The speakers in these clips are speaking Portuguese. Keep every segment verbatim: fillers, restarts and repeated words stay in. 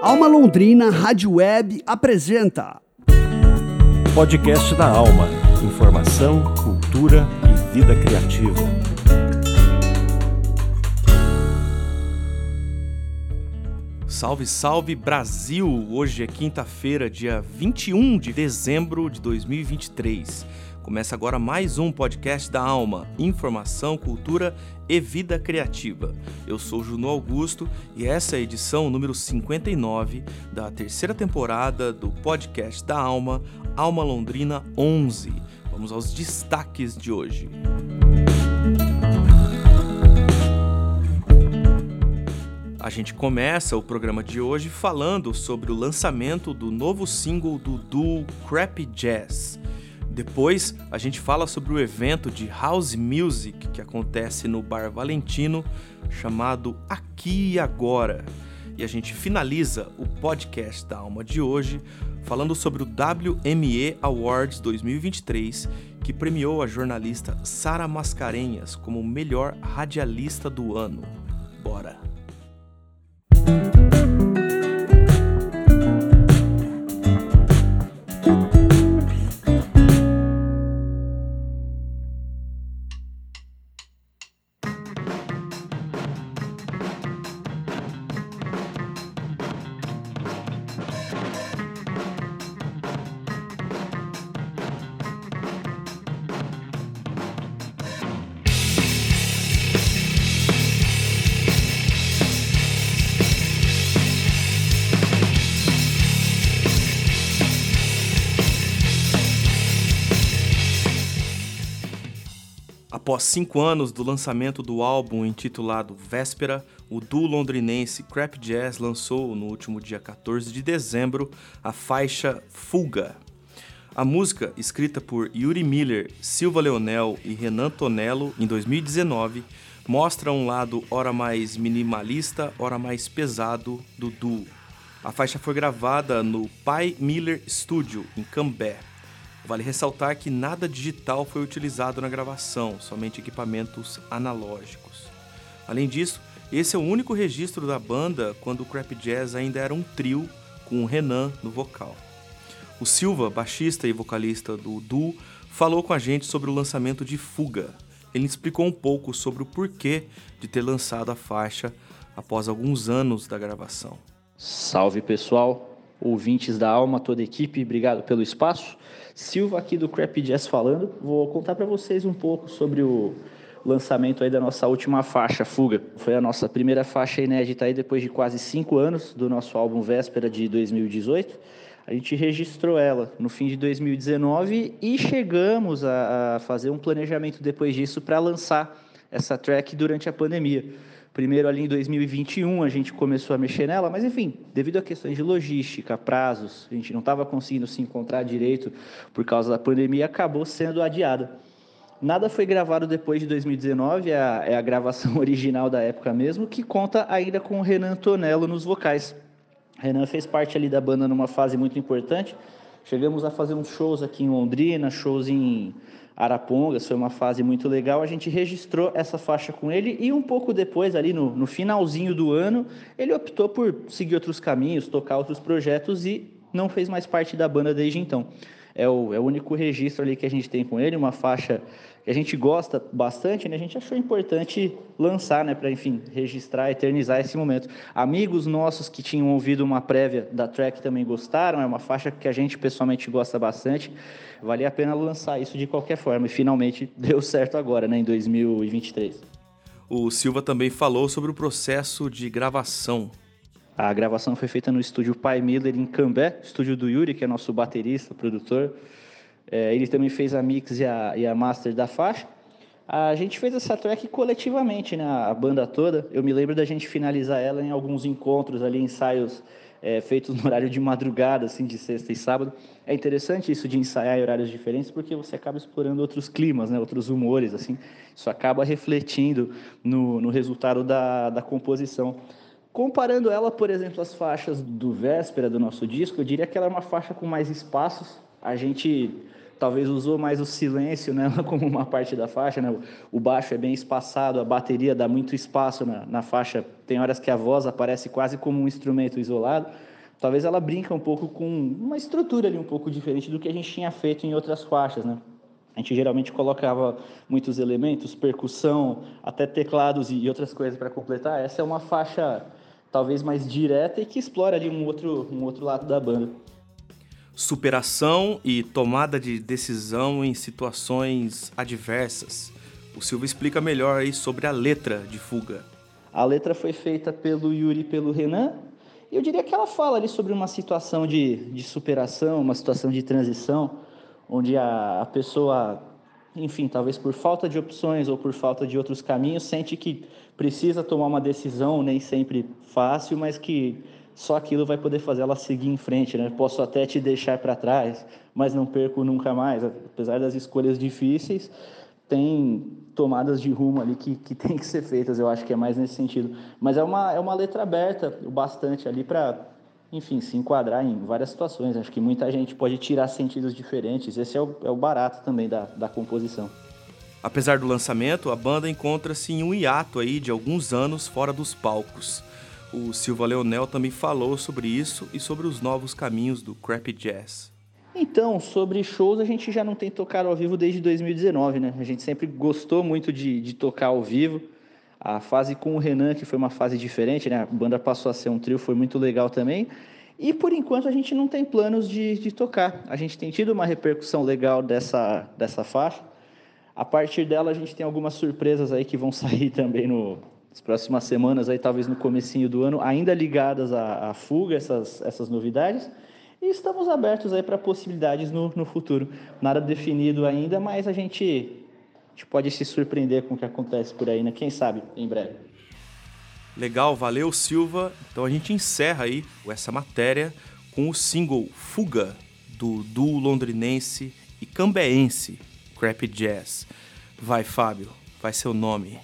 Alma Londrina Rádio Web apresenta Podcast da Alma. Informação, cultura e vida criativa. Salve, salve Brasil! Hoje é quinta-feira, dia vinte e um de dezembro de dois mil e vinte e três. Começa agora mais um podcast da Alma, informação, cultura e vida criativa. Eu sou Juno Augusto e essa é a edição número cinquenta e nove da terceira temporada do podcast da Alma, Alma Londrina onze. Vamos aos destaques de hoje. A gente começa o programa de hoje falando sobre o lançamento do novo single do duo Crappy Jazz. Depois, a gente fala sobre o evento de House Music que acontece no Bar Valentino, chamado Aqui e Agora. E a gente finaliza o podcast da Alma de hoje falando sobre o W M E Awards dois mil e vinte e três, que premiou a jornalista Sara Mascarenhas como melhor radialista do ano. Bora! Após cinco anos do lançamento do álbum intitulado Véspera, o duo londrinense Crappy Jazz lançou no último dia quatorze de dezembro a faixa Fuga. A música, escrita por Yuri Miller, Silva Leonel e Renan Tonello em dois mil e dezenove, mostra um lado ora mais minimalista, ora mais pesado do duo. A faixa foi gravada no Pai Miller Studio, em Cambé. Vale ressaltar que nada digital foi utilizado na gravação, somente equipamentos analógicos. Além disso, esse é o único registro da banda quando o Crappy Jazz ainda era um trio com o Renan no vocal. O Silva, baixista e vocalista do duo, falou com a gente sobre o lançamento de Fuga. Ele explicou um pouco sobre o porquê de ter lançado a faixa após alguns anos da gravação. Salve pessoal, ouvintes da Alma, toda a equipe, obrigado pelo espaço. Silva aqui do Crappy Jazz falando. Vou contar para vocês um pouco sobre o lançamento aí da nossa última faixa, Fuga. Foi a nossa primeira faixa inédita aí depois de quase cinco anos do nosso álbum Véspera de dois mil e dezoito. A gente registrou ela no fim de dois mil e dezenove e chegamos a, a fazer um planejamento depois disso para lançar essa track durante a pandemia. Primeiro ali em dois mil e vinte e um a gente começou a mexer nela, mas enfim, devido a questões de logística, prazos, a gente não estava conseguindo se encontrar direito por causa da pandemia, acabou sendo adiada. Nada foi gravado depois de dois mil e dezenove, é a, é a gravação original da época mesmo, que conta ainda com o Renan Tonello nos vocais. Renan fez parte ali da banda numa fase muito importante. Chegamos a fazer uns shows aqui em Londrina, shows em Arapongas, foi uma fase muito legal. A gente registrou essa faixa com ele e um pouco depois, ali no, no finalzinho do ano, ele optou por seguir outros caminhos, tocar outros projetos e não fez mais parte da banda desde então. É o, é o único registro ali que a gente tem com ele, uma faixa que a gente gosta bastante, né? A gente achou importante lançar, né? Para, enfim, registrar, eternizar esse momento. Amigos nossos que tinham ouvido uma prévia da track também gostaram, é uma faixa que a gente pessoalmente gosta bastante. Valia a pena lançar isso de qualquer forma e finalmente deu certo agora, né? Em dois mil e vinte e três. O Silva também falou sobre o processo de gravação. A gravação foi feita no estúdio Pai Miller, em Cambé, estúdio do Yuri, que é nosso baterista, produtor. É, ele também fez a mix e a, e a master da faixa. A gente fez essa track coletivamente, né, a banda toda. Eu me lembro da gente finalizar ela em alguns encontros ali, ensaios é, feitos no horário de madrugada, assim, de sexta e sábado. É interessante isso de ensaiar em horários diferentes, porque você acaba explorando outros climas, né, outros humores, assim. Isso acaba refletindo no, no resultado da, da composição. Comparando ela, por exemplo, às faixas do Véspera do nosso disco, eu diria que ela é uma faixa com mais espaços. A gente talvez usou mais o silêncio nela como uma parte da faixa, né? O baixo é bem espaçado, a bateria dá muito espaço na, na faixa. Tem horas que a voz aparece quase como um instrumento isolado. talvez ela brinca um pouco com uma estrutura ali um pouco diferente do que a gente tinha feito em outras faixas, né? A gente geralmente colocava muitos elementos, percussão, até teclados e outras coisas para completar. Essa é uma faixa talvez mais direta e que explora ali um outro, um outro lado da banda. Superação e tomada de decisão em situações adversas. O Silva explica melhor aí sobre a letra de Fuga. A letra foi feita pelo Yuri e pelo Renan. E eu diria que ela fala ali sobre uma situação de, de superação, uma situação de transição, onde a, a pessoa, enfim, talvez por falta de opções ou por falta de outros caminhos, sente que precisa tomar uma decisão, nem sempre fácil, mas que só aquilo vai poder fazer ela seguir em frente, né? Posso até te deixar para trás, mas não perco nunca mais. Apesar das escolhas difíceis, tem tomadas de rumo ali que, que tem que ser feitas, eu acho que é mais nesse sentido. Mas é uma, é uma letra aberta o bastante ali para, enfim, se enquadrar em várias situações. Acho que muita gente pode tirar sentidos diferentes. Esse é o, é o barato também da, da composição. Apesar do lançamento, a banda encontra-se em um hiato aí de alguns anos fora dos palcos. O Silva Leonel também falou sobre isso e sobre os novos caminhos do Crap Jazz. Então, sobre shows, a gente já não tem tocado ao vivo desde dois mil e dezenove, né? A gente sempre gostou muito de, de tocar ao vivo. A fase com o Renan, que foi uma fase diferente, né? A banda passou a ser um trio, foi muito legal também. E, por enquanto, a gente não tem planos de, de tocar. A gente tem tido uma repercussão legal dessa, dessa faixa. A partir dela, a gente tem algumas surpresas aí que vão sair também no, nas próximas semanas, aí, talvez no comecinho do ano, ainda ligadas à, à Fuga, essas, essas novidades. E estamos abertos aí para possibilidades no, no futuro. Nada definido ainda, mas a gente, a gente pode se surpreender com o que acontece por aí, né? Quem sabe, em breve. Legal, valeu, Silva. Então a gente encerra aí essa matéria com o single Fuga, do duo londrinense e cambeense Crap Jazz. Vai, Fábio, vai seu nome.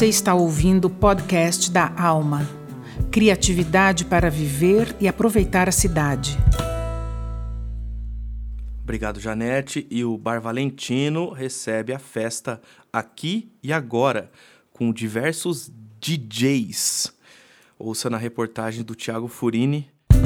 Você está ouvindo o podcast da Alma. Criatividade para viver e aproveitar a cidade. Obrigado, Janete. E o Bar Valentino recebe a festa aqui e agora, com diversos D Js. Ouça na reportagem do Thiago Furini.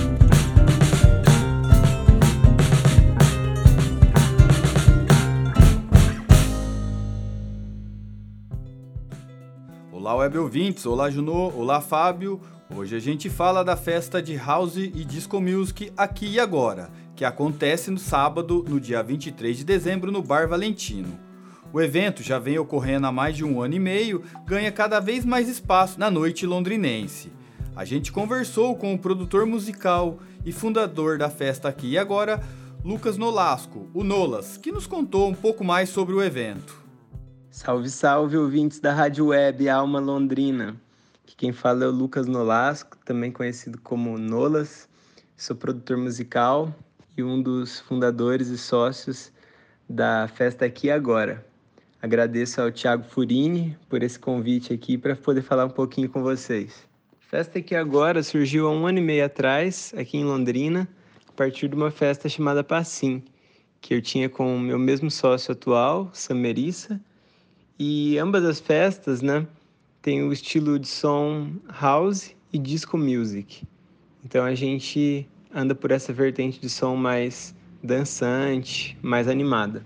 Olá, web ouvintes, olá Junô, olá Fábio. Hoje a gente fala da festa de House e Disco Music aqui e agora, que acontece no sábado, no dia vinte e três de dezembro, no Bar Valentino. O evento já vem ocorrendo há mais de um ano e meio, ganha cada vez mais espaço na noite londrinense. A gente conversou com o produtor musical e fundador da festa aqui e agora, Lucas Nolasco, o Nolas, que nos contou um pouco mais sobre o evento. Salve, salve, ouvintes da Rádio Web Alma Londrina. Aqui quem fala é o Lucas Nolasco, também conhecido como Nolas. Sou produtor musical e um dos fundadores e sócios da Festa Aqui Agora. Agradeço ao Thiago Furini por esse convite aqui para poder falar um pouquinho com vocês. Festa Aqui Agora surgiu há um ano e meio atrás, aqui em Londrina, a partir de uma festa chamada Passim, que eu tinha com o meu mesmo sócio atual, Samerissa. E ambas as festas, né, têm o estilo de som house e disco music. Então a gente anda por essa vertente de som mais dançante, mais animada.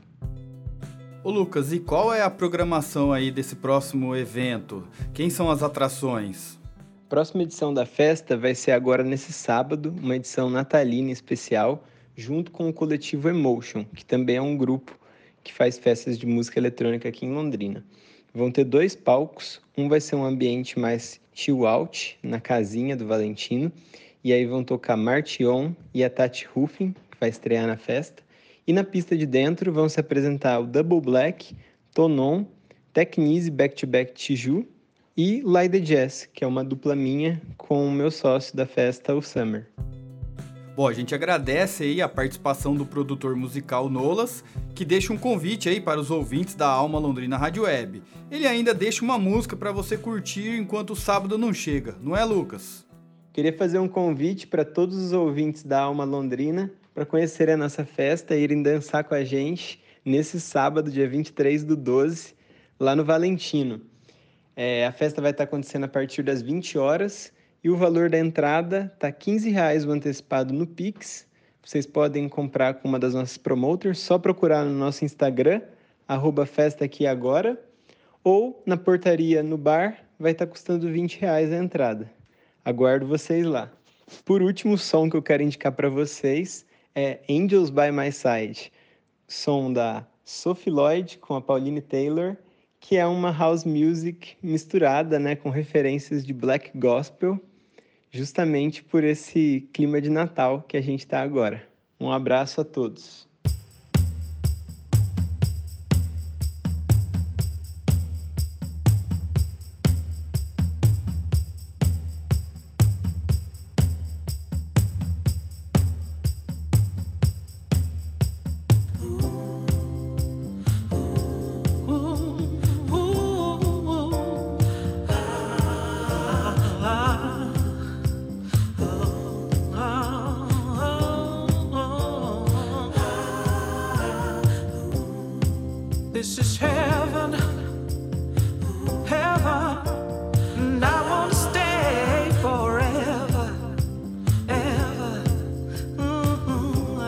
Ô Lucas, e qual é a programação aí desse próximo evento? Quem são as atrações? A próxima edição da festa vai ser agora nesse sábado, uma edição natalina especial, junto com o coletivo Emotion, que também é um grupo que faz festas de música eletrônica aqui em Londrina. Vão ter dois palcos, um vai ser um ambiente mais chill out, na casinha do Valentino, e aí vão tocar Martion e a Tati Ruffin, que vai estrear na festa, e na pista de dentro vão se apresentar o Double Black, Tonon, Technize Back to Back Tiju e Light the Jazz, que é uma dupla minha com o meu sócio da festa, o Summer. Bom, a gente agradece aí a participação do produtor musical Nolas, que deixa um convite aí para os ouvintes da Alma Londrina Rádio Web. Ele ainda deixa uma música para você curtir enquanto o sábado não chega, não é, Lucas? Queria fazer um convite para todos os ouvintes da Alma Londrina para conhecerem a nossa festa e irem dançar com a gente nesse sábado, dia vinte e três do doze, lá no Valentino. É, a festa vai estar acontecendo a partir das vinte horas. E o valor da entrada está quinze reais o antecipado no Pix. Vocês podem comprar com uma das nossas promoters, só procurar no nosso Instagram, arroba Festa Aqui Agora, ou na portaria no bar, vai estar custando vinte reais a entrada. Aguardo vocês lá. Por último, o som que eu quero indicar para vocês é Angels by My Side, som da Sophie Lloyd com a Pauline Taylor, que é uma house music misturada, né, com referências de black gospel, justamente por esse clima de Natal que a gente está agora. Um abraço a todos. This is heaven, heaven, and I want to stay forever, ever. Mm-hmm.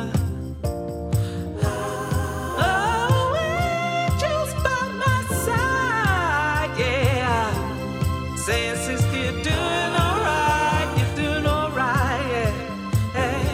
Oh, angels by my side, yeah, saying sister, you're doing alright, you're doing alright, yeah, yeah.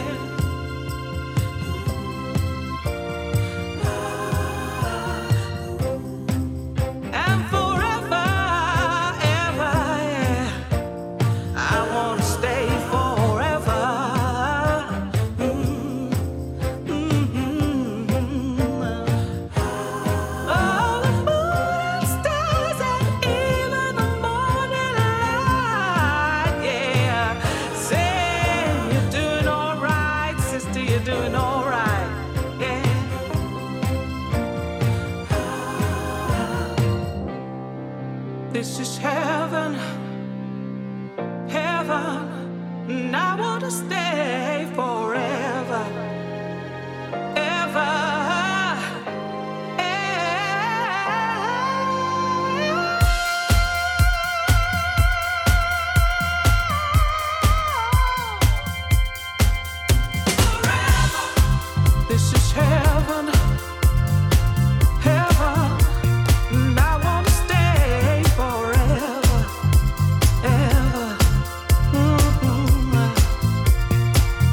wanna stay forever, ever. This is heaven, heaven, and I wanna stay forever, ever. Mm-hmm.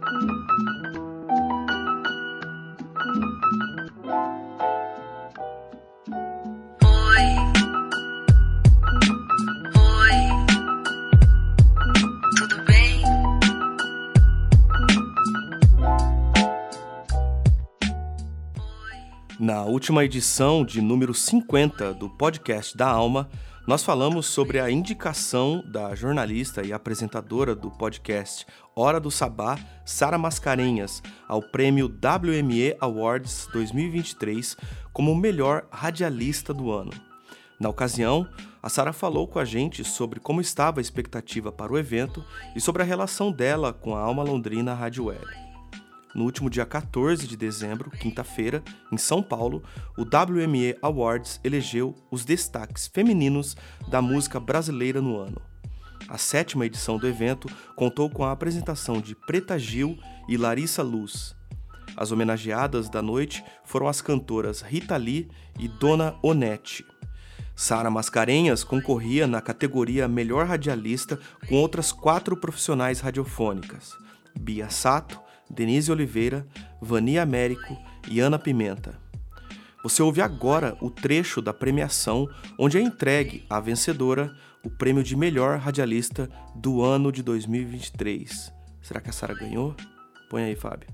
Na última edição de número cinquenta do podcast da Alma, nós falamos sobre a indicação da jornalista e apresentadora do podcast Hora do Sabá, Sara Mascarenhas, ao prêmio W M E Awards dois mil e vinte e três como melhor radialista do ano. Na ocasião, a Sara falou com a gente sobre como estava a expectativa para o evento e sobre a relação dela com a Alma Londrina Rádio Web. No último dia quatorze de dezembro, quinta-feira, em São Paulo, o W M E Awards elegeu os destaques femininos da música brasileira no ano. A sétima edição do evento contou com a apresentação de Preta Gil e Larissa Luz. As homenageadas da noite foram as cantoras Rita Lee e Dona Onete. Sara Mascarenhas concorria na categoria Melhor Radialista com outras quatro profissionais radiofônicas: Bia Sato, Denise Oliveira, Vani Américo e Ana Pimenta. Você ouve agora o trecho da premiação onde é entregue à vencedora o prêmio de melhor radialista do ano de dois mil e vinte e três. Será que a Sara ganhou? Põe aí, Fábio.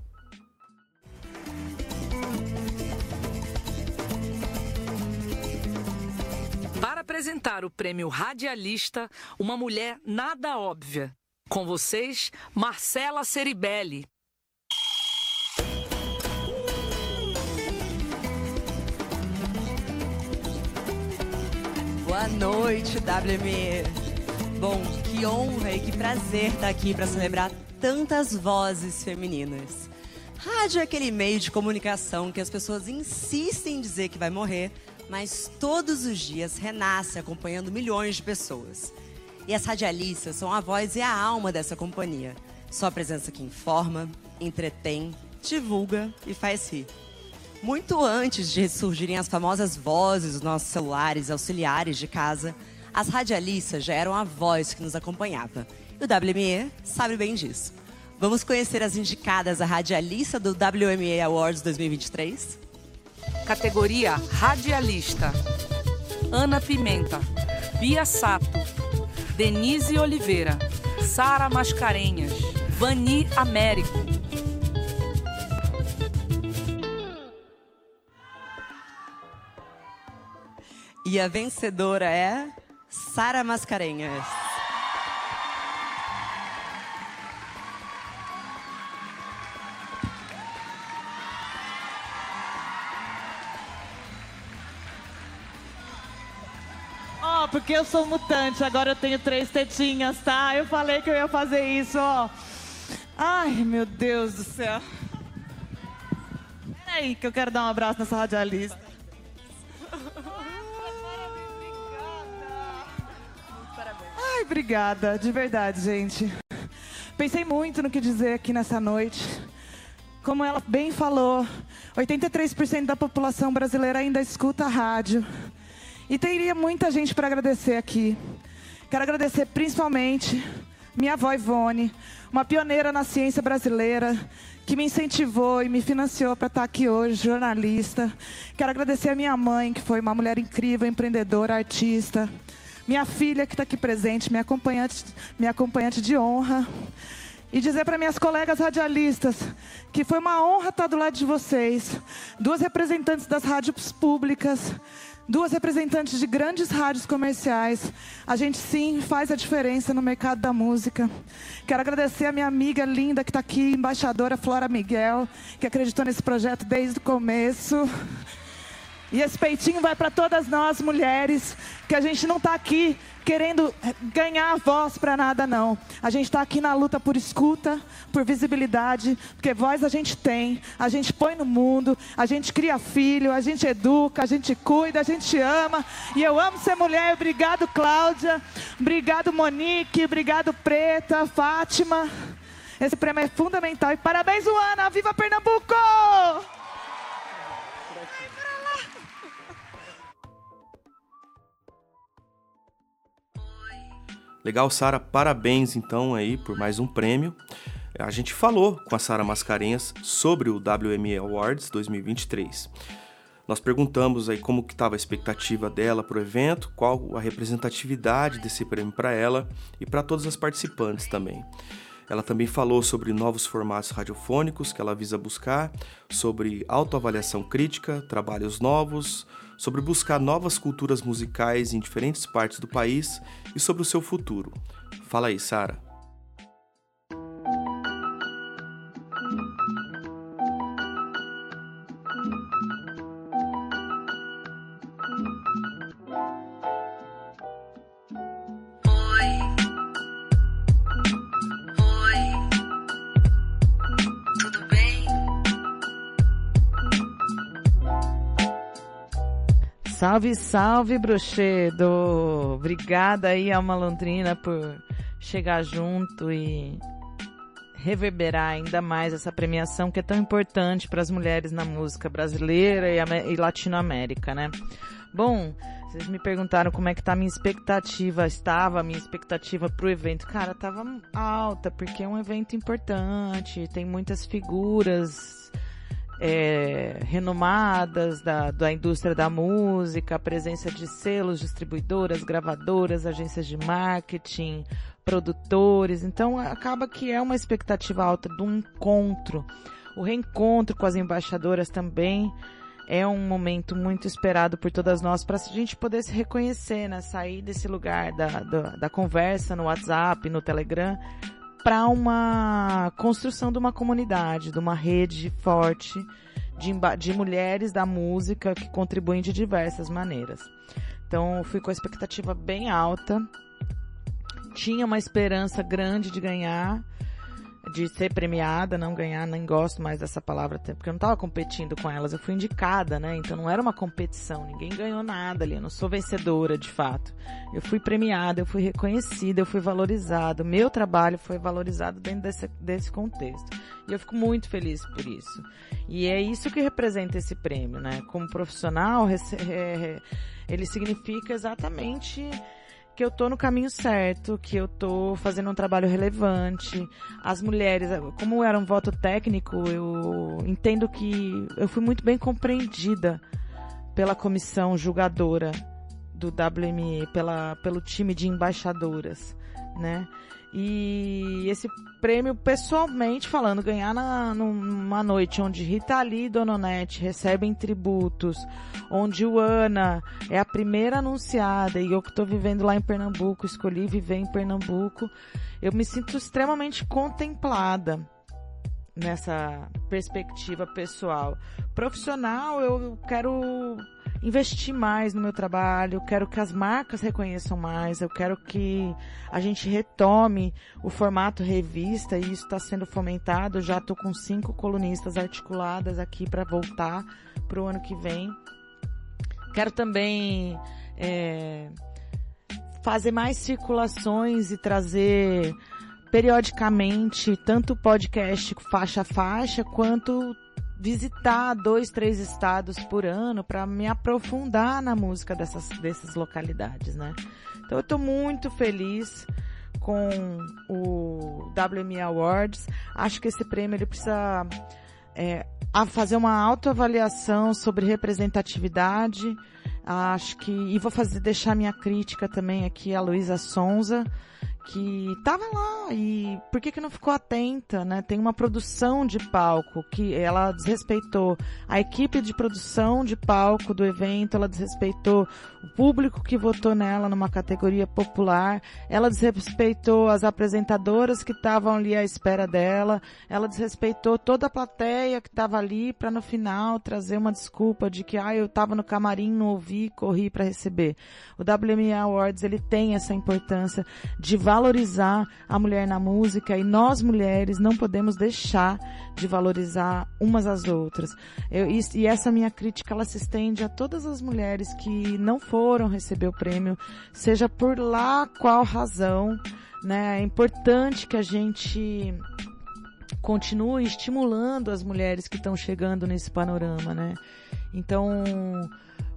Para apresentar o prêmio Radialista, uma mulher nada óbvia. Com vocês, Marcela Ceribelli. Boa noite, W M E. Bom, que honra e que prazer estar aqui para celebrar tantas vozes femininas. Rádio é aquele meio de comunicação que as pessoas insistem em dizer que vai morrer, mas todos os dias renasce acompanhando milhões de pessoas. E as radialistas são a voz e a alma dessa companhia. Sua presença que informa, entretém, divulga e faz rir. Muito antes de surgirem as famosas vozes dos nossos celulares auxiliares de casa, as radialistas já eram a voz que nos acompanhava. E o W M E sabe bem disso. Vamos conhecer as indicadas a radialista do W M E Awards dois mil e vinte e três? Categoria Radialista: Ana Pimenta, Bia Sato, Denise Oliveira, Sara Mascarenhas, Vani Américo. E a vencedora é Sara Mascarenhas. Ó, oh, porque eu sou mutante, agora eu tenho três tetinhas, tá? Eu falei que eu ia fazer isso, ó. Ai, meu Deus do céu. Peraí, que eu quero dar um abraço nessa radialista. Ai, obrigada, de verdade, gente. Pensei muito no que dizer aqui nessa noite. Como ela bem falou, oitenta e três por cento da população brasileira ainda escuta a rádio. E teria muita gente para agradecer aqui. Quero agradecer principalmente minha avó Ivone, uma pioneira na ciência brasileira, que me incentivou e me financiou para estar aqui hoje, jornalista. Quero agradecer a minha mãe, que foi uma mulher incrível, empreendedora, artista. Minha filha, que está aqui presente, minha acompanhante, minha acompanhante de honra. E dizer para minhas colegas radialistas que foi uma honra estar do lado de vocês. Duas representantes das rádios públicas, duas representantes de grandes rádios comerciais. A gente sim faz a diferença no mercado da música. Quero agradecer a minha amiga linda que está aqui, embaixadora Flora Miguel, que acreditou nesse projeto desde o começo. E esse peitinho vai para todas nós, mulheres, que a gente não está aqui querendo ganhar voz para nada, não. A gente está aqui na luta por escuta, por visibilidade, porque voz a gente tem, a gente põe no mundo, a gente cria filho, a gente educa, a gente cuida, a gente ama. E eu amo ser mulher. Obrigado, Cláudia. Obrigado, Monique. Obrigado, Preta, Fátima. Esse prêmio é fundamental. E parabéns, Luana. Viva Pernambuco! Legal, Sara, parabéns então aí por mais um prêmio. A gente falou com a Sara Mascarenhas sobre o W M A Awards dois mil e vinte e três. Nós perguntamos aí como que estava a expectativa dela para o evento, qual a representatividade desse prêmio para ela e para todas as participantes também. Ela também falou sobre novos formatos radiofônicos que ela visa buscar, sobre autoavaliação crítica, trabalhos novos, sobre buscar novas culturas musicais em diferentes partes do país e sobre o seu futuro. Fala aí, Sara. Salve, salve, Brochedo! Obrigada aí, Alma Londrina, por chegar junto e reverberar ainda mais essa premiação que é tão importante para as mulheres na música brasileira e, e Latinoamérica, né? Bom, vocês me perguntaram como é que tá a minha expectativa, estava a minha expectativa pro evento. Cara, tava alta, porque é um evento importante, tem muitas figuras É, renomadas da, da indústria da música, a presença de selos, distribuidoras, gravadoras, agências de marketing, produtores. Então acaba que é uma expectativa alta do encontro. O reencontro com as embaixadoras também é um momento muito esperado por todas nós para a gente poder se reconhecer, né? Sair desse lugar da, da, da conversa no WhatsApp, no Telegram, para uma construção de uma comunidade, de uma rede forte de, de mulheres da música que contribuem de diversas maneiras. Então, fui com a expectativa bem alta, tinha uma esperança grande de ganhar, de ser premiada, não ganhar, nem gosto mais dessa palavra, porque eu não estava competindo com elas, eu fui indicada, né? Então não era uma competição, ninguém ganhou nada ali, eu não sou vencedora de fato. Eu fui premiada, eu fui reconhecida, eu fui valorizada, o meu trabalho foi valorizado dentro desse, desse contexto. E eu fico muito feliz por isso. E é isso que representa esse prêmio, né? Como profissional, ele significa exatamente que eu tô no caminho certo, que eu tô fazendo um trabalho relevante. As mulheres, como era um voto técnico, eu entendo que eu fui muito bem compreendida pela comissão julgadora do W M E, pela, pelo time de embaixadoras, né? E esse prêmio, pessoalmente falando, ganhar na, numa noite onde Rita Lee e Dona Onete recebem tributos, onde o Ana é a primeira anunciada e eu que estou vivendo lá em Pernambuco, escolhi viver em Pernambuco, eu me sinto extremamente contemplada nessa perspectiva pessoal. Profissional, eu quero investir mais no meu trabalho, eu quero que as marcas reconheçam mais, eu quero que a gente retome o formato revista, e isso está sendo fomentado. Eu já estou com cinco colunistas articuladas aqui para voltar para o ano que vem. Quero também é, fazer mais circulações e trazer periodicamente tanto podcast faixa a faixa, quanto visitar dois, três estados por ano para me aprofundar na música dessas, dessas localidades, né? Então eu estou muito feliz com o W M A Awards. Acho que esse prêmio ele precisa é, fazer uma autoavaliação sobre representatividade. Acho que, e vou fazer, deixar minha crítica também aqui a Luísa Sonza, que estava lá e por que que não ficou atenta, né? Tem uma produção de palco que ela desrespeitou a equipe de produção de palco do evento, ela desrespeitou o público que votou nela numa categoria popular, ela desrespeitou as apresentadoras que estavam ali à espera dela, ela desrespeitou toda a plateia que estava ali para no final trazer uma desculpa de que ah, eu estava no camarim, não ouvi, corri para receber. O W M A Awards ele tem essa importância de valorizar a mulher na música, e nós mulheres não podemos deixar de valorizar umas às outras. Eu, e, e essa minha crítica ela se estende a todas as mulheres que não foram receber o prêmio, seja por lá qual razão, né? É importante que a gente continue estimulando as mulheres que estão chegando nesse panorama, né? Então,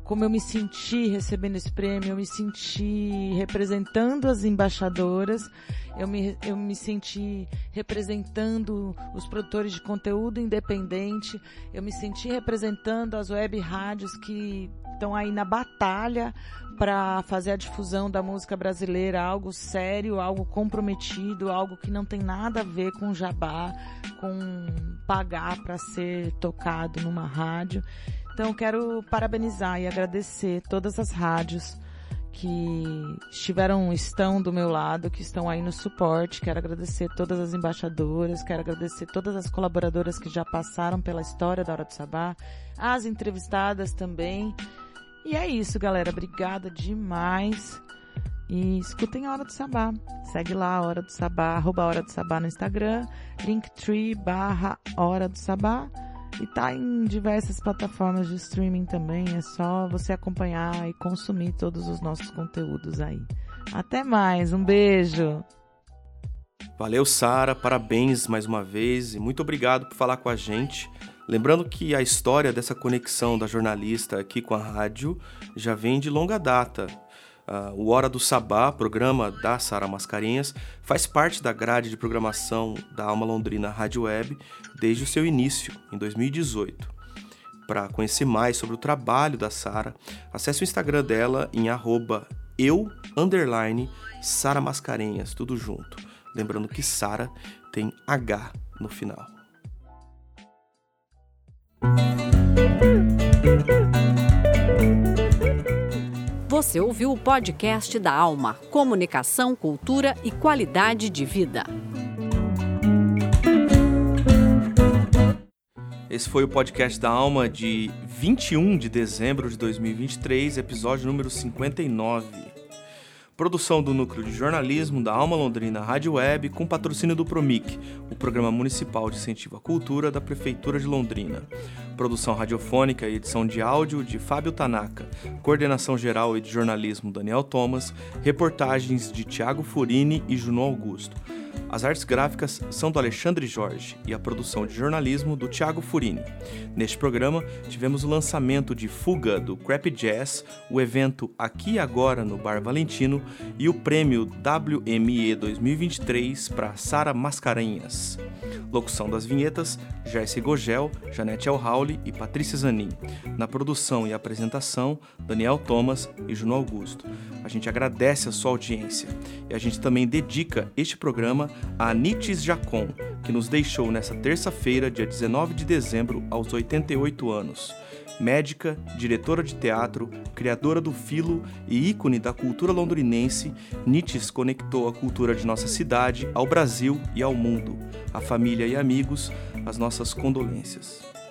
como eu me senti recebendo esse prêmio, eu me senti representando as embaixadoras, eu me, eu me senti representando os produtores de conteúdo independente, eu me senti representando as web rádios que estão aí na batalha para fazer a difusão da música brasileira, algo sério, algo comprometido, algo que não tem nada a ver com jabá, com pagar para ser tocado numa rádio. Então, quero parabenizar e agradecer todas as rádios que estiveram, estão do meu lado, que estão aí no suporte. Quero agradecer todas as embaixadoras, quero agradecer todas as colaboradoras que já passaram pela história da Hora do Sabá, as entrevistadas também. E é isso, galera. Obrigada demais. E escutem a Hora do Sabá. Segue lá a Hora do Sabá, arroba Hora do Sabá no Instagram, linktree barra Hora do Sabá. E tá em diversas plataformas de streaming também. É só você acompanhar e consumir todos os nossos conteúdos aí. Até mais. Um beijo. Valeu, Sara. Parabéns mais uma vez e muito obrigado por falar com a gente. Lembrando que a história dessa conexão da jornalista aqui com a rádio já vem de longa data. Uh, o Hora do Sabá, programa da Sara Mascarenhas, faz parte da grade de programação da Alma Londrina Rádio Web desde o seu início, em dois mil e dezoito. Para conhecer mais sobre o trabalho da Sara, acesse o Instagram dela em arroba eu, underline, Sara Mascarenhas, tudo junto. Lembrando que Sara tem H no final. Você ouviu o podcast da Alma, Comunicação, Cultura e Qualidade de Vida. Esse foi o podcast da Alma de vinte e um de dezembro de dois mil e vinte e três, episódio número cinquenta e nove. Produção do Núcleo de Jornalismo da Alma Londrina Rádio Web, com patrocínio do PROMIC, o Programa Municipal de Incentivo à Cultura da Prefeitura de Londrina. Produção radiofônica e edição de áudio de Fábio Tanaka. Coordenação geral e de jornalismo Daniel Thomas. Reportagens de Tiago Furini e Juno Augusto. As artes gráficas são do Alexandre Jorge e a produção de jornalismo do Tiago Furini. Neste programa, tivemos o lançamento de Fuga do Crap Jazz, o evento Aqui e Agora no Bar Valentino e o prêmio W M E dois mil e vinte e três para Sara Mascarenhas. Locução das vinhetas, Jairce Gogel, Janete Elhauli e Patrícia Zanin. Na produção e apresentação, Daniel Thomas e Juno Augusto. A gente agradece a sua audiência e a gente também dedica este programa a Anites Jacon, que nos deixou nesta terça-feira, dia dezenove de dezembro, aos oitenta e oito anos. Médica, diretora de teatro, criadora do Filo e ícone da cultura londrinense, Nites conectou a cultura de nossa cidade ao Brasil e ao mundo. A família e amigos, as nossas condolências.